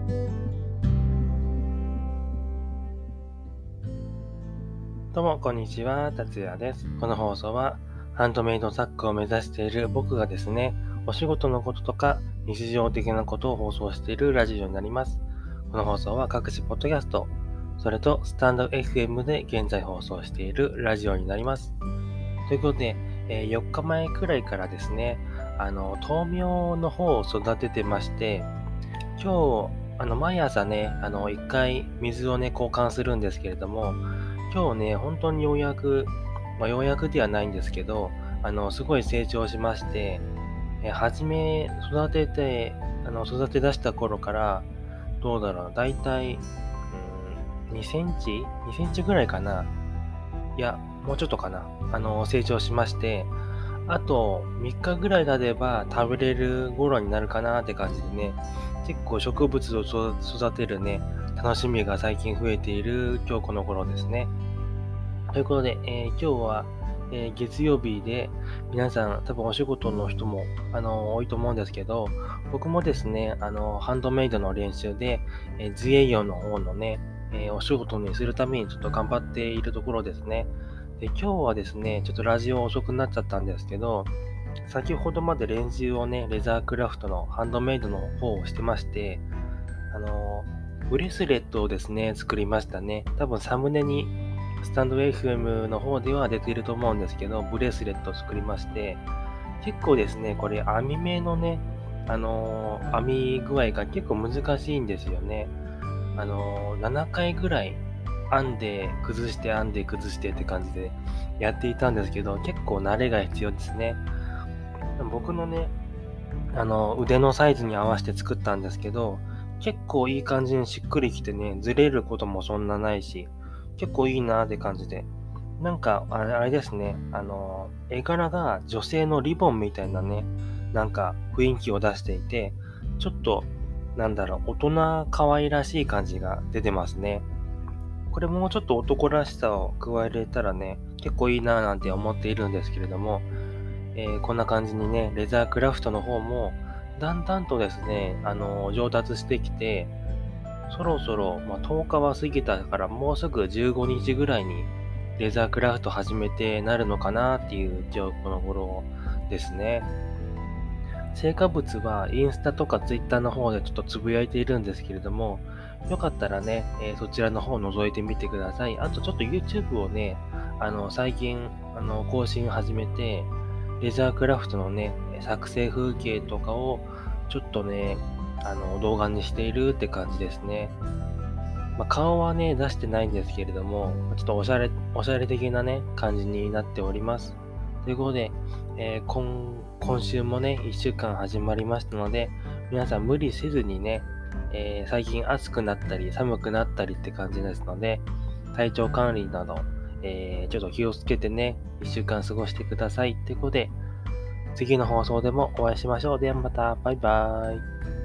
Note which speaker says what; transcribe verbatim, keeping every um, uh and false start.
Speaker 1: どうも、こんにちは。達也です。この放送は、ハンドメイド作家を目指している僕がですね、お仕事のこととか、日常的なことを放送しているラジオになります。この放送は各種ポッドキャスト、それとスタンド エフエム で現在放送しているラジオになります。ということで、えーよっかまえくらいからですね、あの、豆苗の方を育ててまして、今日、あの、毎朝ね、あの、一回水をね、交換するんですけれども、今日ね、本当にようやく、まあ、ようやくではないんですけど、あの、すごい成長しまして、え、初め育てて、あの、育て出した頃から、どうだろう、だいたい、うーん、にセンチ ?に センチぐらいかな。いや、もうちょっとかな。あの、成長しまして、あとみっかぐらい経てば食べれる頃になるかなって感じでね、結構植物を育育てるね、楽しみが最近増えている今日この頃ですね。ということで、えー今日は、えー月曜日で、皆さん多分お仕事の人も、あの多いと思うんですけど、僕もですね、あのハンドメイドの練習で、えー自営業の方のね、えーお仕事にするためにちょっと頑張っているところですね。で、今日はですね、ちょっとラジオ遅くなっちゃったんですけど、先ほどまで練習をね、レザークラフトのハンドメイドの方をしてまして、あの、ブレスレットをですね、作りましたね。多分サムネに、スタンド エフエム の方では出ていると思うんですけど、ブレスレットを作りまして、結構ですね、これ網目のね、あのー編み具合が結構難しいんですよね。あのーななかいぐらい編んで崩して編んで崩してって感じでやっていたんですけど、結構慣れが必要ですね。僕のね、あの、腕のサイズに合わせて作ったんですけど、結構いい感じにしっくりきてね、ずれることもそんなないし、結構いいなーって感じで。なんか、あれあれですね、あの、絵柄が女性のリボンみたいなね、なんか雰囲気を出していて、ちょっと、なんだろう、大人可愛らしい感じが出てますね。これもうちょっと男らしさを加えれたらね、結構いいなーなんて思っているんですけれども、えーこんな感じにね、レザークラフトの方も、だんだんとですね、あのー上達してきて、そろそろ、まあ、とおかは過ぎたから、もうすぐじゅうごにちぐらいに、レザークラフト始めてなるのかなっていう状況の頃ですね。成果物はインスタとかツイッターの方でちょっとつぶやいているんですけれども、よかったらね、えーそちらの方を覗いてみてください。あとちょっと YouTube をね、あの、最近、あの、更新始めて、レザークラフトのね、作成風景とかをちょっとね、あの、動画にしているって感じですね。まあ、顔はね、出してないんですけれども、ちょっとおしゃれ、おしゃれ的なね、感じになっております。ということで、えー今、今週もね、いっしゅうかん始まりましたので、皆さん無理せずにね、えー最近暑くなったり寒くなったりって感じですので、体調管理など、えーちょっと気をつけてね、いっしゅうかん過ごしてください。ということで、次の放送でもお会いしましょう。ではまた、バイバーイ。